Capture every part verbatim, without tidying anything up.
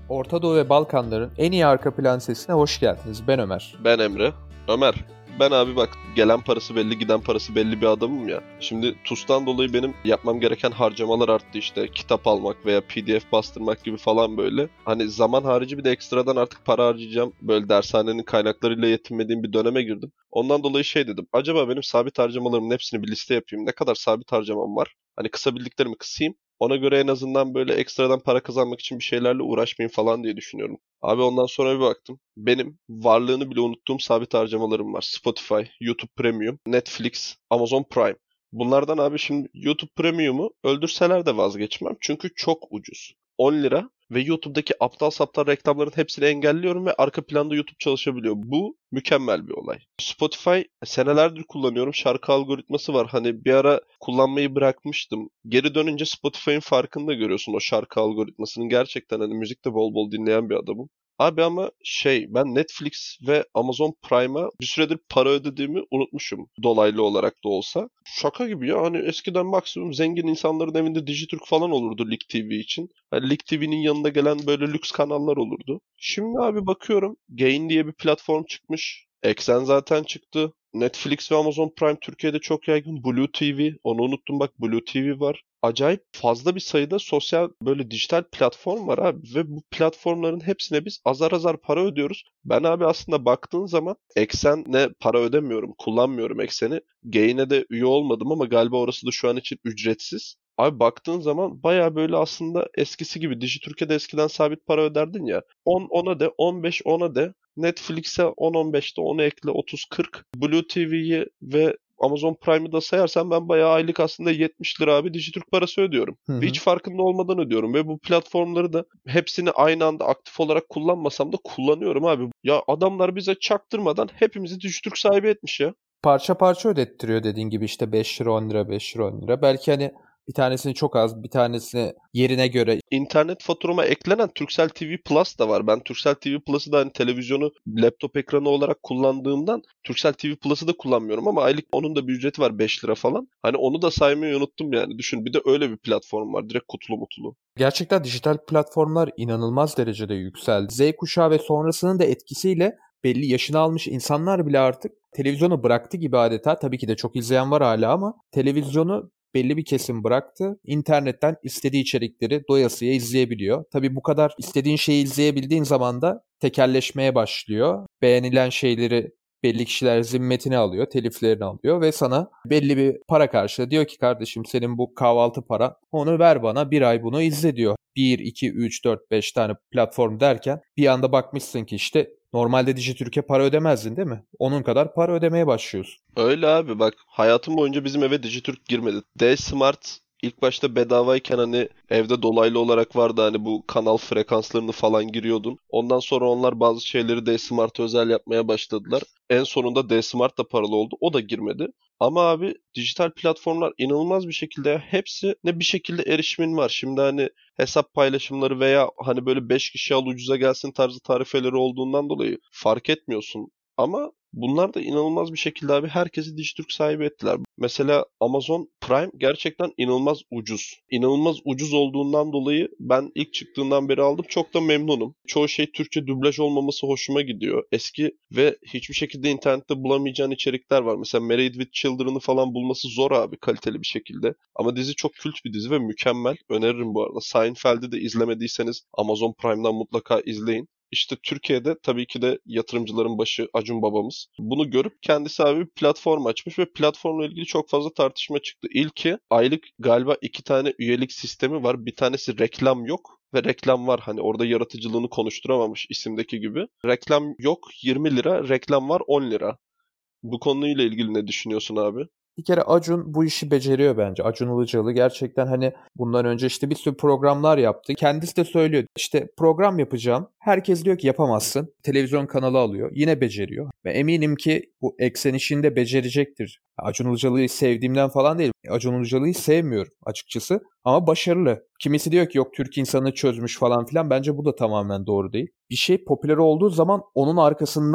Orta Doğu ve Balkanların en iyi arka plan sesine hoş geldiniz. Ben Ömer. Ben Emre. Ömer, ben abi bak gelen parası belli giden parası belli bir adamım ya. Şimdi TUS'tan dolayı benim yapmam gereken harcamalar arttı işte. Kitap almak veya P D F bastırmak gibi falan böyle. Hani zaman harici bir de ekstradan artık para harcayacağım. Böyle dershanenin kaynaklarıyla yetinmediğim bir döneme girdim. Ondan dolayı şey dedim. Acaba benim sabit harcamalarımın hepsini bir liste yapayım. Ne kadar sabit harcamam var? Hani kısabildiklerimi kısayım. Ona göre en azından böyle ekstradan para kazanmak için bir şeylerle uğraşmayayım falan diye düşünüyorum. Abi ondan sonra bir baktım. Benim varlığını bile unuttuğum sabit harcamalarım var. Spotify, YouTube Premium, Netflix, Amazon Prime. Bunlardan abi şimdi YouTube Premium'u öldürseler de vazgeçmem. Çünkü çok ucuz. on lira ve YouTube'daki aptal saptal reklamların hepsini engelliyorum ve arka planda YouTube çalışabiliyor. Bu mükemmel bir olay. Spotify senelerdir kullanıyorum. Şarkı algoritması var. Hani bir ara kullanmayı bırakmıştım. Geri dönünce Spotify'ın farkını da görüyorsun o şarkı algoritmasının. Gerçekten hani müzik de bol bol dinleyen bir adamım. Abi ama şey ben Netflix ve Amazon Prime'a bir süredir para ödediğimi unutmuşum. Dolaylı olarak da olsa. Şaka gibi ya hani eskiden maksimum zengin insanların evinde Dijitürk falan olurdu Lig T V için. Yani Lig T V'nin yanında gelen böyle lüks kanallar olurdu. Şimdi abi bakıyorum Gain diye bir platform çıkmış. Eksen zaten çıktı. Netflix ve Amazon Prime Türkiye'de çok yaygın. Blue T V, onu unuttum bak Blue T V var. Acayip fazla bir sayıda sosyal böyle dijital platform var abi ve bu platformların hepsine biz azar azar para ödüyoruz. Ben abi aslında baktığın zaman Eksen'e para ödemiyorum, kullanmıyorum Eksen'i. Gain'e de üye olmadım ama galiba orası da şu an için ücretsiz. Abi baktığın zaman baya böyle aslında eskisi gibi Dijitürk'e eskiden sabit para öderdin ya. on ona de, on beş ona de. Netflix'e on on beşte onu ekle otuz kırk. Blue T V'yi ve Amazon Prime'ı da sayarsam ben bayağı aylık aslında yetmiş lira abi Dijitürk parası ödüyorum. Hı Ve hı. hiç farkında olmadan ödüyorum. Ve bu platformları da hepsini aynı anda aktif olarak kullanmasam da kullanıyorum abi. Ya adamlar bize çaktırmadan hepimizi Dijitürk sahibi etmiş ya. Parça parça ödettiriyor dediğin gibi işte beş lira on lira beş lira on lira. Belki hani bir tanesini çok az bir tanesini yerine göre. İnternet faturama eklenen Turkcell T V Plus da var. Ben Turkcell T V Plus'ı da hani televizyonu laptop ekranı olarak kullandığımdan Turkcell T V Plus'ı da kullanmıyorum ama aylık onun da bir ücreti var beş lira falan. Hani onu da saymayı unuttum yani. Düşün bir de öyle bir platform var. Direkt kutulu mutlu. Gerçekten dijital platformlar inanılmaz derecede yükseldi. Z kuşağı ve sonrasının da etkisiyle belli yaşını almış insanlar bile artık televizyonu bıraktı gibi adeta. Tabii ki de çok izleyen var hala ama televizyonu belli bir kesim bıraktı. İnternetten istediği içerikleri doyasıya izleyebiliyor. Tabii bu kadar istediğin şeyi izleyebildiğin zaman da tekelleşmeye başlıyor. Beğenilen şeyleri belli kişiler zimmetine alıyor, teliflerini alıyor ve sana belli bir para karşılığı diyor ki kardeşim senin bu kahvaltı para onu ver bana bir ay bunu izle diyor. bir, iki, üç, dört, beş tane platform derken bir anda bakmışsın ki işte normalde Dijitürk'e para ödemezdin değil mi? Onun kadar para ödemeye başlıyorsun. Öyle abi bak hayatım boyunca bizim eve Dijitürk girmedi. D-Smart ilk başta bedavayken hani evde dolaylı olarak vardı hani bu kanal frekanslarını falan giriyordun. Ondan sonra onlar bazı şeyleri D-Smart'a özel yapmaya başladılar. En sonunda D-Smart da paralı oldu. O da girmedi. Ama abi dijital platformlar inanılmaz bir şekilde hepsi ne bir şekilde erişimin var. Şimdi hani hesap paylaşımları veya hani böyle beş kişi al ucuza gelsin tarzı tarifeleri olduğundan dolayı fark etmiyorsun. Ama bunlar da inanılmaz bir şekilde abi herkesi Dijitürk sahibi ettiler. Mesela Amazon Prime gerçekten inanılmaz ucuz. İnanılmaz ucuz olduğundan dolayı ben ilk çıktığından beri aldım. Çok da memnunum. Çoğu şey Türkçe dublaj olmaması hoşuma gidiyor. Eski ve hiçbir şekilde internette bulamayacağın içerikler var. Mesela Married with Children'ı falan bulması zor abi kaliteli bir şekilde. Ama dizi çok kült bir dizi ve mükemmel. Öneririm bu arada. Seinfeld'i de izlemediyseniz Amazon Prime'dan mutlaka izleyin. İşte Türkiye'de tabii ki de yatırımcıların başı Acun babamız. Bunu görüp kendisi abi bir platform açmış ve platformla ilgili çok fazla tartışma çıktı. İlki aylık galiba iki tane üyelik sistemi var. Bir tanesi reklam yok ve reklam var. Hani orada yaratıcılığını konuşturamamış isimdeki gibi. Reklam yok yirmi lira, reklam var on lira. Bu konuyla ilgili ne düşünüyorsun abi? Bir kere Acun bu işi beceriyor bence. Acun Ilıcalı gerçekten hani bundan önce işte bir sürü programlar yaptı. Kendisi de söylüyor işte program yapacağım. Herkes diyor ki yapamazsın. Televizyon kanalı alıyor. Yine beceriyor. Ve eminim ki bu eksen işinde becerecektir. Acun Ilıcalı'yı sevdiğimden falan değil. Acun Ilıcalı'yı sevmiyorum açıkçası. Ama başarılı. Kimisi diyor ki yok Türk insanı çözmüş falan filan. Bence bu da tamamen doğru değil. Bir şey popüler olduğu zaman onun arkasından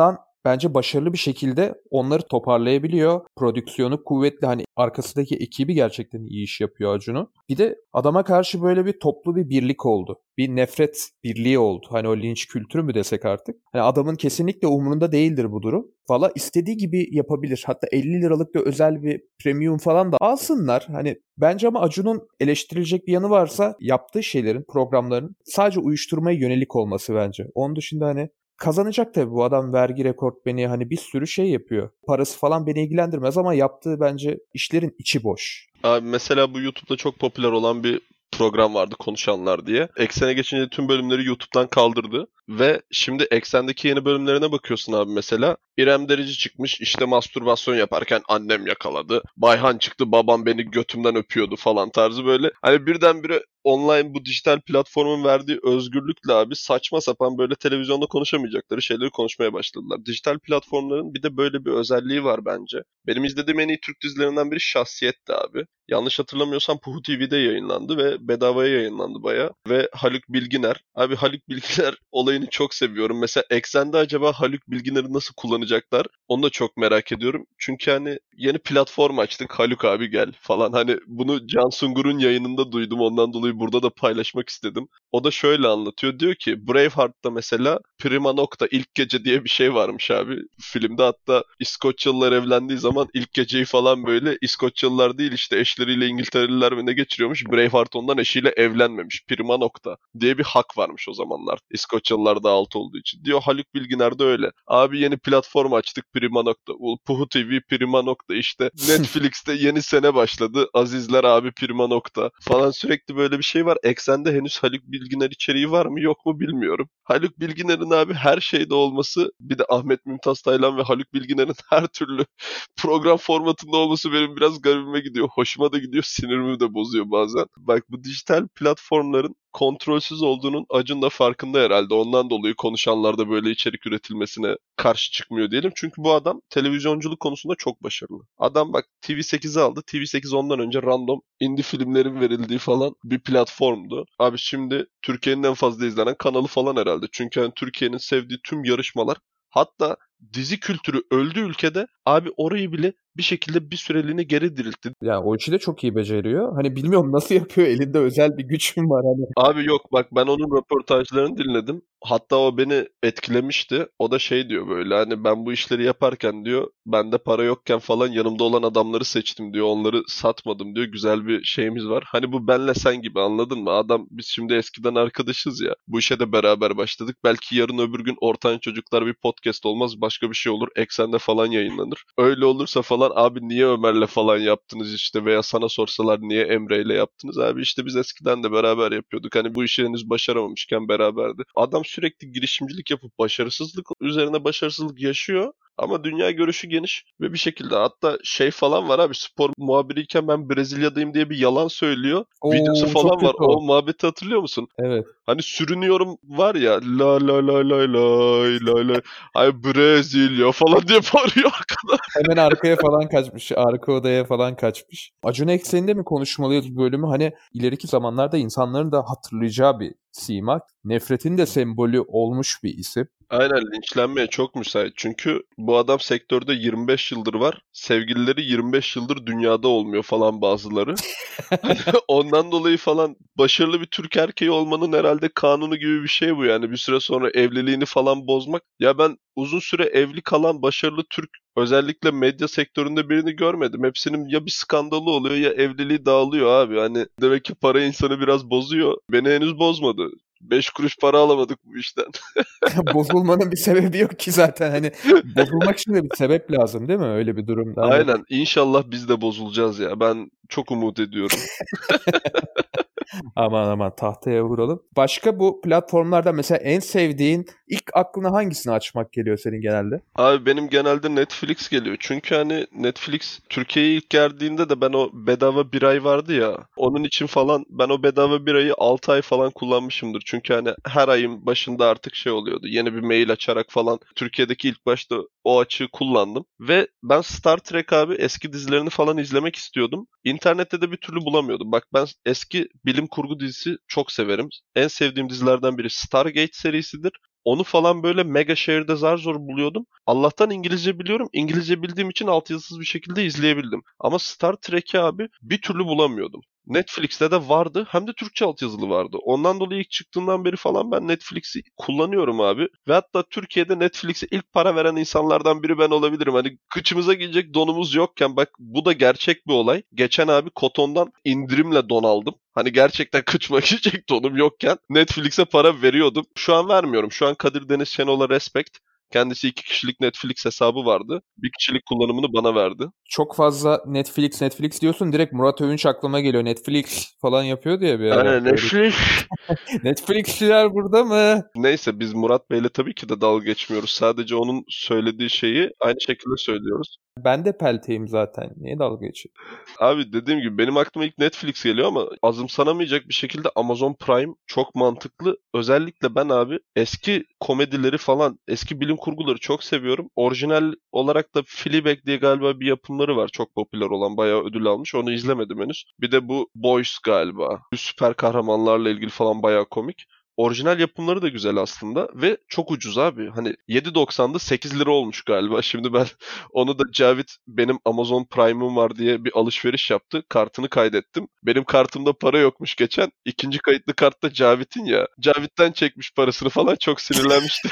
bence başarılı bir şekilde onları toparlayabiliyor. Prodüksiyonu kuvvetli, hani arkasındaki ekibi gerçekten iyi iş yapıyor Acun'un. Bir de adama karşı böyle bir toplu bir birlik oldu. Bir nefret birliği oldu. Hani o linç kültürü mü desek artık. Hani adamın kesinlikle umurunda değildir bu durum. Valla istediği gibi yapabilir. Hatta elli liralık da özel bir premium falan da alsınlar. Hani bence ama Acun'un eleştirilecek bir yanı varsa yaptığı şeylerin, programların sadece uyuşturmaya yönelik olması bence. Onun dışında hani kazanacak tabii, bu adam vergi rekortmeni, hani bir sürü şey yapıyor. Parası falan beni ilgilendirmez ama yaptığı bence işlerin içi boş. Abi mesela bu YouTube'da çok popüler olan bir program vardı, Konuşanlar diye. Eksen'e geçince tüm bölümleri YouTube'dan kaldırdı. Ve şimdi Eksen'deki yeni bölümlerine bakıyorsun abi mesela. İrem Derici çıkmış, işte mastürbasyon yaparken annem yakaladı. Bayhan çıktı, babam beni götümden öpüyordu falan tarzı böyle. Hani birdenbire online bu dijital platformun verdiği özgürlükle abi saçma sapan böyle televizyonda konuşamayacakları şeyleri konuşmaya başladılar. Dijital platformların bir de böyle bir özelliği var bence. Benim izlediğim en iyi Türk dizilerinden biri Şahsiyet'ti abi. Yanlış hatırlamıyorsam Puhu T V'de yayınlandı ve bedavaya yayınlandı bayağı. Ve Haluk Bilginer. Abi Haluk Bilginer olayını çok seviyorum. Mesela Eksen'de acaba Haluk Bilginer'i nasıl kullanacaklar? Onu da çok merak ediyorum. Çünkü hani yeni platform açtık, Haluk abi gel falan. Hani bunu Can Sungur'un yayınında duydum. Ondan dolayı burada da paylaşmak istedim. O da şöyle anlatıyor. Diyor ki Braveheart'ta mesela Prima Nocta ilk gece diye bir şey varmış abi. Filmde hatta İskoçyalılar evlendiği zaman ilk geceyi falan böyle İskoçyalılar değil işte eşleriyle İngiltereliler mi ne geçiriyormuş. Braveheart ondan eşiyle evlenmemiş. Prima Nocta diye bir hak varmış o zamanlar. İskoçyalılar da alt olduğu için. Diyor Haluk Bilginer de öyle. Abi yeni platform açtık, Prima Nocta. Puhu T V Prima Nocta işte. Netflix'te yeni sene başladı. Azizler abi Prima Nocta falan, sürekli böyle bir şey var. Eksende henüz Haluk Bilginer içeriği var mı yok mu bilmiyorum. Haluk Bilginer'in abi her şeyde olması, bir de Ahmet Mümtaz Taylan ve Haluk Bilginer'in her türlü program formatında olması benim biraz garibime gidiyor. Hoşuma da gidiyor, sinirimi de bozuyor bazen. Bak bu dijital platformların kontrolsüz olduğunun Acun da farkında herhalde. Ondan dolayı Konuşanlar'da böyle içerik üretilmesine karşı çıkmıyor diyelim. Çünkü bu adam televizyonculuk konusunda çok başarılı. Adam bak T V sekizi aldı. T V sekiz ondan önce random indie filmlerin verildiği falan bir platformdu. Abi şimdi Türkiye'nin en fazla izlenen kanalı falan herhalde. Çünkü yani Türkiye'nin sevdiği tüm yarışmalar, hatta dizi kültürü öldü ülkede. Abi orayı bile bir şekilde bir süreliğine geri diriltti. Yani o işi de çok iyi beceriyor. Hani bilmiyorum nasıl yapıyor. Elinde özel bir güç mü var hani. Abi yok bak, ben onun röportajlarını dinledim. Hatta o beni etkilemişti. O da şey diyor böyle, hani ben bu işleri yaparken diyor bende para yokken falan yanımda olan adamları seçtim diyor. Onları satmadım diyor. Güzel bir şeyimiz var. Hani bu benle sen gibi, anladın mı? Adam biz şimdi eskiden arkadaşız ya. Bu işe de beraber başladık. Belki yarın öbür gün Ortanca Çocuklar bir podcast olmaz. Başka bir şey olur. Eksende falan yayınlanır. Öyle olursa falan abi niye Ömer'le falan yaptınız işte, veya sana sorsalar niye Emre'yle yaptınız? Abi işte biz eskiden de beraber yapıyorduk. Hani bu işi henüz başaramamışken beraberdi. Adam sürekli girişimcilik yapıp başarısızlık üzerine başarısızlık yaşıyor. Ama dünya görüşü geniş ve bir şekilde, hatta şey falan var abi, spor muhabiriyken ben Brezilya'dayım diye bir yalan söylüyor. Videosu Oo, çok falan var. kötü o. O muhabbeti hatırlıyor musun? Evet. Hani sürünüyorum var ya, la la la la la la la, ay Brezilya falan diye bağırıyor arkada. Hemen arkaya falan kaçmış. Arka odaya falan kaçmış. Acun Eksen'de mi konuşmalıyız bu bölümü? Hani ileriki zamanlarda insanların da hatırlayacağı bir sima. Nefretin de sembolü olmuş bir isim. Aynen, linçlenmeye çok müsait. Çünkü bu adam sektörde yirmi beş yıldır var. Sevgilileri yirmi beş yıldır dünyada olmuyor falan bazıları. Ondan dolayı falan başarılı bir Türk erkeği olmanın herhalde kanunu gibi bir şey bu yani. Bir süre sonra evliliğini falan bozmak. Ya ben uzun süre evli kalan başarılı Türk, özellikle medya sektöründe birini görmedim. Hepsinin ya bir skandalı oluyor ya evliliği dağılıyor abi. Hani demek ki para insanı biraz bozuyor. Beni henüz bozmadı. Beş kuruş para alamadık bu işten. Bozulmanın bir sebebi yok ki zaten. Hani bozulmak için de bir sebep lazım değil mi? Öyle bir durumda. Hani Aynen. İnşallah biz de bozulacağız ya. Ben çok umut ediyorum. aman aman tahtaya vuralım. Başka bu platformlarda mesela en sevdiğin, ilk aklına hangisini açmak geliyor senin genelde? Abi benim genelde Netflix geliyor. Çünkü hani Netflix Türkiye'ye ilk geldiğinde de ben o bedava bir ay vardı ya. Onun için falan ben o bedava bir ayı altı ay falan kullanmışımdır. Çünkü hani her ayın başında artık şey oluyordu. Yeni bir mail açarak falan Türkiye'deki ilk başta o açığı kullandım. Ve ben Star Trek abi eski dizilerini falan izlemek istiyordum. İnternette de bir türlü bulamıyordum. Bak ben eski bilim kurgu dizisi çok severim. En sevdiğim dizilerden biri Stargate serisidir. Onu falan böyle mega şehirde zar zor buluyordum. Allah'tan İngilizce biliyorum. İngilizce bildiğim için altyazısız bir şekilde izleyebildim. Ama Star Trek'i abi bir türlü bulamıyordum. Netflix'te de vardı. Hem de Türkçe altyazılı vardı. Ondan dolayı ilk çıktığından beri falan ben Netflix'i kullanıyorum abi. Ve hatta Türkiye'de Netflix'e ilk para veren insanlardan biri ben olabilirim. Hani kıçımıza giyecek donumuz yokken bak bu da gerçek bir olay. Geçen abi Koton'dan indirimle don aldım. Hani gerçekten kıçıma giyecek donum yokken Netflix'e para veriyordum. Şu an vermiyorum. Şu an Kadir Deniz Şenol'a respect. Kendisi iki kişilik Netflix hesabı vardı. Bir kişilik kullanımını bana verdi. Çok fazla Netflix Netflix diyorsun, direkt Murat Övünç aklıma geliyor. Netflix falan yapıyor diye bir ara. Aynen Netflix. Netflixçiler burada mı? Neyse biz Murat Bey'le tabii ki de dalga geçmiyoruz. Sadece onun söylediği şeyi aynı şekilde söylüyoruz. Ben de pelteyim zaten. Niye dalga geçiyorsun? Abi dediğim gibi benim aklıma ilk Netflix geliyor ama azımsanamayacak bir şekilde Amazon Prime çok mantıklı. Özellikle ben abi eski komedileri falan, eski bilim kurguları çok seviyorum. Orijinal olarak da Fleabag diye galiba bir yapımları var. Çok popüler olan, bayağı ödül almış. Onu izlemedim henüz. Bir de bu Boys galiba. Süper kahramanlarla ilgili falan bayağı komik. Orijinal yapımları da güzel aslında ve çok ucuz abi. Hani yedi doksanda sekiz lira olmuş galiba. Şimdi ben onu da Cavit benim Amazon Prime'ım var diye bir alışveriş yaptı. Kartını kaydettim. Benim kartımda para yokmuş geçen. İkinci kayıtlı kartta Cavit'in ya. Cavit'ten çekmiş parasını falan, çok sinirlenmişti.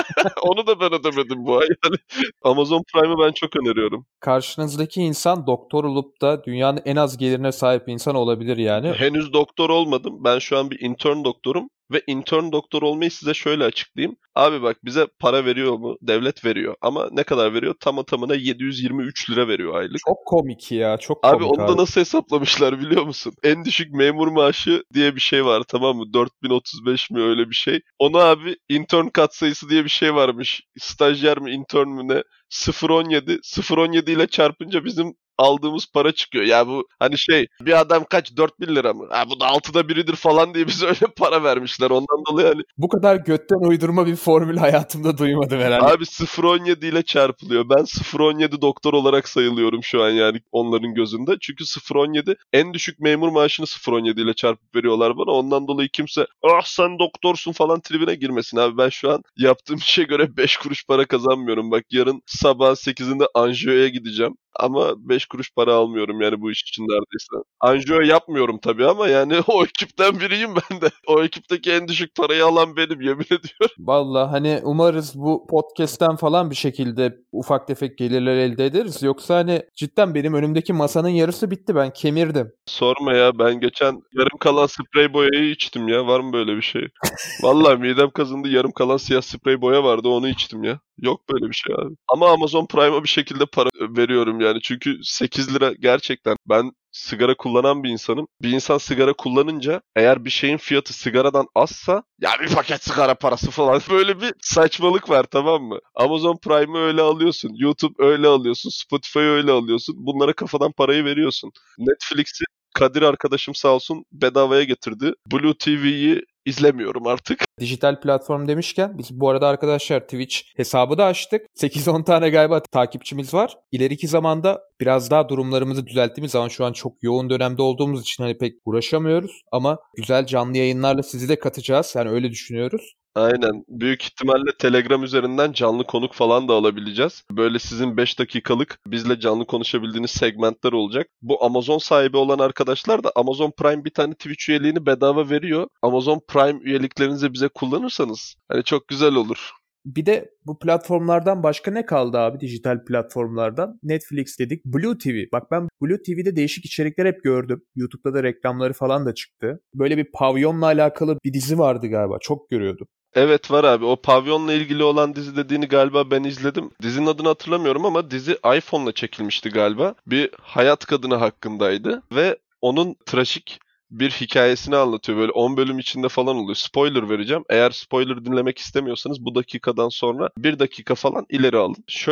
Onu da ben ödemedim bu ay. Yani Amazon Prime'ı ben çok öneriyorum. Karşınızdaki insan doktor olup da dünyanın en az gelirine sahip insan olabilir yani. Henüz doktor olmadım. Ben şu an bir intern doktorum. Ve intern doktor olmayı size şöyle açıklayayım. Abi bak bize para veriyor mu? Devlet veriyor. Ama ne kadar veriyor? Tamı tamına yedi yüz yirmi üç lira veriyor aylık. Çok komik ya. Çok komik Abi onu da abi. nasıl hesaplamışlar biliyor musun? En düşük memur maaşı diye bir şey var, tamam mı? dört bin otuz beş mi öyle bir şey. Onu abi intern katsayısı diye bir şey varmış. Stajyer mi intern mü ne? sıfır virgül on yedi. sıfır virgül on yedi ile çarpınca bizim aldığımız para çıkıyor. Ya bu hani şey, bir adam kaç, dört bin lira mı? Ha bu da altıda biridir falan diye bize öyle para vermişler. Ondan dolayı hani Bu kadar götten uydurma bir formül hayatımda duymadım herhalde. abi sıfır virgül on yedi ile çarpılıyor. Ben sıfır virgül on yedi doktor olarak sayılıyorum şu an yani onların gözünde. Çünkü sıfır virgül on yedi en düşük memur maaşını sıfır virgül on yedi ile çarpıp veriyorlar bana. Ondan dolayı kimse ah sen doktorsun falan tribine girmesin abi. Ben şu an yaptığım işe göre beş kuruş para kazanmıyorum. Bak yarın sabah sekizinde anjiyoya gideceğim. Ama beş kuruş para almıyorum yani bu iş için neredeyse. Anjiyo yapmıyorum tabii ama yani o ekipten biriyim ben de. O ekipteki en düşük parayı alan benim, yemin ediyorum. Vallahi hani umarız bu podcast'ten falan bir şekilde ufak tefek gelirler elde ederiz. Yoksa hani cidden benim önümdeki masanın yarısı bitti. Ben kemirdim. Sorma ya, ben geçen yarım kalan sprey boyayı içtim ya. Var mı böyle bir şey? Vallahi midem kazındı, yarım kalan siyah sprey boya vardı, onu içtim ya. Yok böyle bir şey abi. Ama Amazon Prime'a bir şekilde para veriyorum yani. Çünkü sekiz lira gerçekten. Ben sigara kullanan bir insanım. Bir insan sigara kullanınca eğer bir şeyin fiyatı sigaradan azsa ya bir paket sigara parası falan böyle bir saçmalık var, tamam mı? Amazon Prime'ı öyle alıyorsun. YouTube öyle alıyorsun. Spotify'ı öyle alıyorsun. Bunlara kafadan parayı veriyorsun. Netflix'i Kadir arkadaşım sağ olsun bedavaya getirdi. Blue T V'yi izlemiyorum artık. Dijital platform demişken biz bu arada arkadaşlar Twitch hesabı da açtık. sekiz on tane galiba takipçimiz var. İleriki zamanda biraz daha durumlarımızı düzelttiğimiz zaman, şu an çok yoğun dönemde olduğumuz için hani pek uğraşamıyoruz. Ama güzel canlı yayınlarla sizi de katacağız. Yani öyle düşünüyoruz. Aynen. Büyük ihtimalle Telegram üzerinden canlı konuk falan da alabileceğiz. Böyle sizin beş dakikalık bizle canlı konuşabildiğiniz segmentler olacak. Bu Amazon sahibi olan arkadaşlar da Amazon Prime bir tane Twitch üyeliğini bedava veriyor. Amazon Prime üyeliklerinizi bize kullanırsanız hani çok güzel olur. Bir de bu platformlardan başka ne kaldı abi, dijital platformlardan? Netflix dedik, Blue T V. Bak ben Blue T V'de değişik içerikler hep gördüm. YouTube'da da reklamları falan da çıktı. Böyle bir pavyonla alakalı bir dizi vardı galiba. Çok görüyordum. Evet var abi. O pavyonla ilgili olan dizi dediğini galiba ben izledim. Dizinin adını hatırlamıyorum ama dizi iPhone'la çekilmişti galiba. Bir hayat kadını hakkındaydı ve onun trajik bir hikayesini anlatıyor. Böyle on bölüm içinde falan oluyor. Spoiler vereceğim. Eğer spoiler dinlemek istemiyorsanız bu dakikadan sonra bir dakika falan ileri alın. Şöyle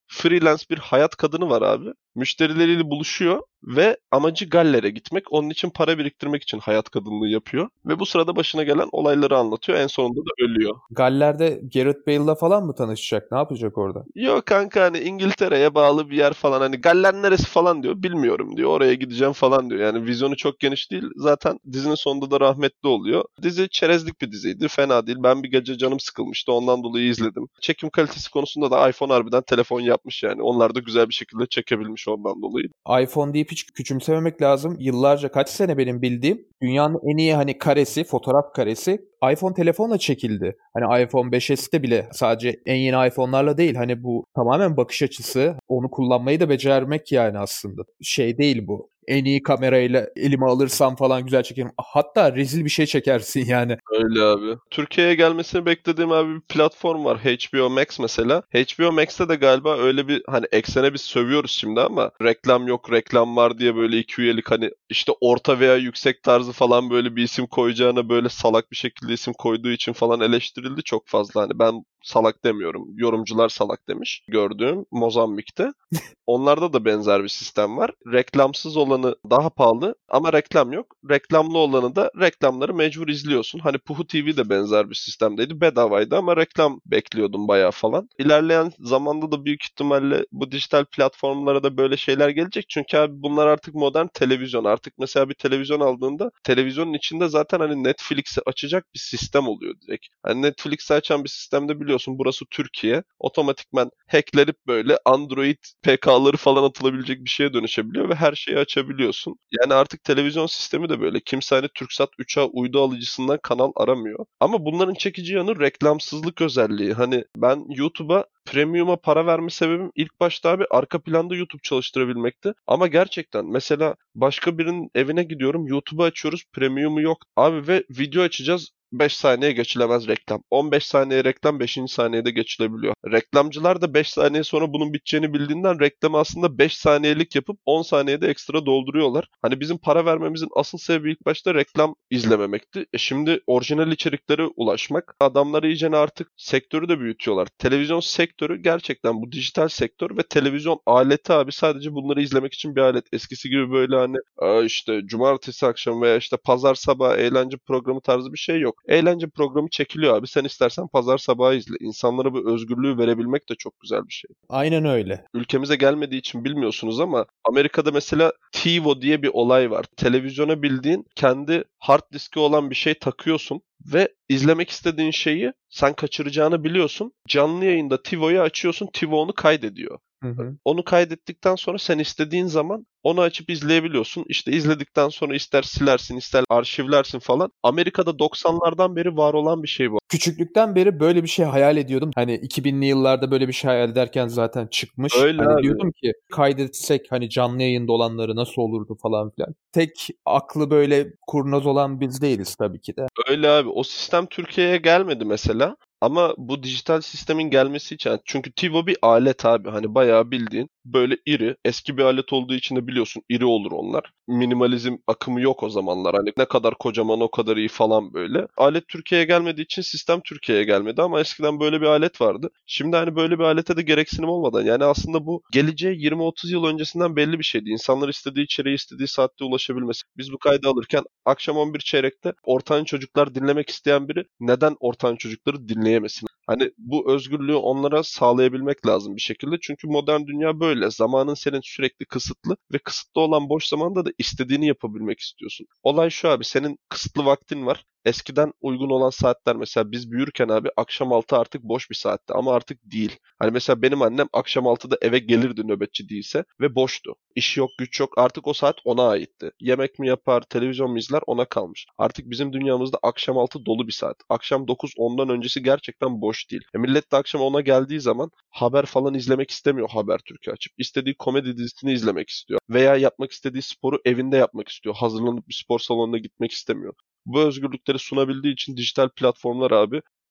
freelance bir hayat kadını var abi. Müşterileriyle buluşuyor ve amacı Galler'e gitmek. Onun için para biriktirmek için hayat kadınlığı yapıyor. Ve bu sırada başına gelen olayları anlatıyor. En sonunda da ölüyor. Galler'de Gareth Bale'la falan mı tanışacak? Ne yapacak orada? Yok kanka, hani İngiltere'ye bağlı bir yer falan, hani Galler neresi falan diyor, bilmiyorum diyor, oraya gideceğim falan diyor. Yani vizyonu çok geniş değil. Zaten dizinin sonunda da rahmetli oluyor. Dizi çerezlik bir diziydi. Fena değil. Ben bir gece canım sıkılmıştı. Ondan dolayı izledim. Çekim kalitesi konusunda da iPhone harbiden telefon yapmış yani. Onlar da güzel bir şekilde çekebilmiş ondan dolayı. iPhone deyip hiç küçümsememek lazım. Yıllarca, kaç sene benim bildiğim, dünyanın en iyi hani karesi, fotoğraf karesi iPhone telefonla çekildi. Hani iPhone beş S'te bile sadece en yeni iPhone'larla değil. Hani bu tamamen bakış açısı. Onu kullanmayı da becermek yani aslında. Şey değil bu. En iyi kamerayla elime alırsam falan güzel çekerim. Hatta rezil bir şey çekersin yani. Öyle abi. Türkiye'ye gelmesini beklediğim abi bir platform var. H B O Max mesela. H B O Max'te de galiba öyle bir, hani eksene biz sövüyoruz şimdi ama reklam yok, reklam var diye böyle iki üyelik, hani işte orta veya yüksek tarzı falan böyle bir isim koyacağına böyle salak bir şekilde isim koyduğu için falan eleştirildi çok fazla. Hani ben salak demiyorum. Yorumcular salak demiş gördüğüm Mozambik'te. Onlarda da benzer bir sistem var. Reklamsız olanı daha pahalı ama reklam yok. Reklamlı olanı da reklamları mecbur izliyorsun. Hani Puhu T V de benzer bir sistemdeydi. Bedavaydı ama reklam bekliyordum bayağı falan. İlerleyen zamanda da büyük ihtimalle bu dijital platformlara da böyle şeyler gelecek. Çünkü abi bunlar artık modern televizyon. Artık mesela bir televizyon aldığında televizyonun içinde zaten hani Netflix'i açacak bir sistem oluyor direkt. Hani Netflix'i açan bir sistemde biliyorsun burası Türkiye. Otomatikman hacklenip böyle Android P K'ları falan atılabilecek bir şeye dönüşebiliyor ve her şeyi açabiliyorsun. Yani artık televizyon sistemi de böyle. Kimse hani Turkcell üç A uydu alıcısından kanal aramıyor. Ama bunların çekici yanı reklamsızlık özelliği. Hani ben YouTube'a Premium'a para verme sebebim ilk başta abi arka planda YouTube çalıştırabilmekti. Ama gerçekten mesela başka birinin evine gidiyorum, YouTube'u açıyoruz, Premium'u yok. Abi ve video açacağız, beş saniye geçilemez reklam. on beş saniye reklam, beşinci saniyede geçilebiliyor. Reklamcılar da beş saniye sonra bunun biteceğini bildiğinden reklamı aslında beş saniyelik yapıp on saniyede ekstra dolduruyorlar. Hani bizim para vermemizin asıl sebebi ilk başta reklam izlememekti. E şimdi orijinal içeriklere ulaşmak. Adamlar iyice artık sektörü de büyütüyorlar. Televizyon sektörü gerçekten, bu dijital sektör ve televizyon aleti abi sadece bunları izlemek için bir alet. Eskisi gibi böyle hani işte cumartesi akşamı veya işte pazar sabahı eğlence programı tarzı bir şey yok. Eğlence programı çekiliyor abi. Sen istersen pazar sabahı izle. İnsanlara bu özgürlüğü verebilmek de çok güzel bir şey. Aynen öyle. Ülkemize gelmediği için bilmiyorsunuz ama Amerika'da mesela TiVo diye bir olay var. Televizyona bildiğin kendi hard diski olan bir şey takıyorsun ve izlemek istediğin şeyi sen kaçıracağını biliyorsun. Canlı yayında TiVo'yu açıyorsun, TiVo onu kaydediyor. Hı hı. Onu kaydettikten sonra sen istediğin zaman onu açıp izleyebiliyorsun. İşte izledikten sonra ister silersin, ister arşivlersin falan. Amerika'da doksanlardan beri var olan bir şey bu. Küçüklükten beri böyle bir şey hayal ediyordum. Hani iki binli yıllarda böyle bir şey hayal ederken zaten çıkmış. Öyle Hani abi. diyordum ki kaydetsek hani canlı yayında olanları nasıl olurdu falan filan. Tek aklı böyle kurnaz olan biz değiliz tabii ki de. Öyle abi. O sistem Türkiye'ye gelmedi mesela. Ama bu dijital sistemin gelmesi için, çünkü TiVo bir alet abi, hani bayağı bildiğin böyle iri, eski bir alet olduğu için de biliyorsun iri olur onlar. Minimalizm akımı yok o zamanlar, hani ne kadar kocaman o kadar iyi falan böyle. Alet Türkiye'ye gelmediği için sistem Türkiye'ye gelmedi ama eskiden böyle bir alet vardı. Şimdi hani böyle bir alete de gereksinim olmadan, yani aslında bu geleceğe yirmi otuz yıl öncesinden belli bir şeydi. İnsanlar istediği içeriğe istediği saatte ulaşabilmesi. Biz bu kaydı alırken akşam on bir çeyrekte ortanca çocuklar dinlemek isteyen biri neden ortanca çocukları dinleyemesin? Hani bu özgürlüğü onlara sağlayabilmek lazım bir şekilde. Çünkü modern dünya böyle. Zamanın senin sürekli kısıtlı ve kısıtlı olan boş zamanda da istediğini yapabilmek istiyorsun. Olay şu abi, senin kısıtlı vaktin var. Eskiden uygun olan saatler, mesela biz büyürken abi akşam altı artık boş bir saatti ama artık değil. Hani mesela benim annem akşam altıda eve gelirdi nöbetçi değilse ve boştu. İş yok, güç yok, artık o saat ona aitti. Yemek mi yapar, televizyon mu izler, ona kalmış. Artık bizim dünyamızda akşam altı dolu bir saat. Akşam dokuz ondan öncesi gerçekten boş değil. E millet de akşam ona geldiği zaman haber falan izlemek istemiyor, Habertürk'ü açıp. İstediği komedi dizisini izlemek istiyor. Veya yapmak istediği sporu evinde yapmak istiyor. Hazırlanıp bir spor salonuna gitmek istemiyor. Bu özgürlükleri sunabildiği için dijital platformlar abi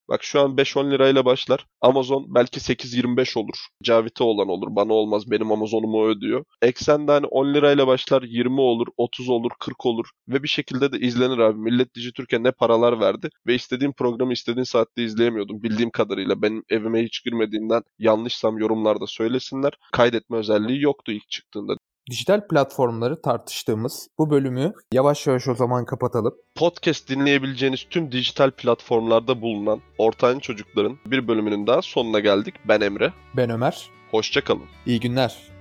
Bak şu an beş on lirayla başlar. Amazon belki sekiz yirmi beş olur. Cavit'e olan olur. Bana olmaz. Benim Amazon'umu o ödüyor. Eksen'de hani on lirayla başlar. yirmi olur, otuz olur, kırk olur. Ve bir şekilde de izlenir abi. Millet Dijitürk'e ne paralar verdi. Ve istediğim programı istediğin saatte izleyemiyordum. Bildiğim kadarıyla. Benim evime hiç girmediğinden yanlışsam yorumlarda söylesinler. Kaydetme özelliği yoktu ilk çıktığında. Dijital platformları tartıştığımız bu bölümü yavaş yavaş o zaman kapatalım. Podcast dinleyebileceğiniz tüm dijital platformlarda bulunan Ortağın Çocukların bir bölümünün daha sonuna geldik. Ben Emre. Ben Ömer. Hoşça kalın. İyi günler.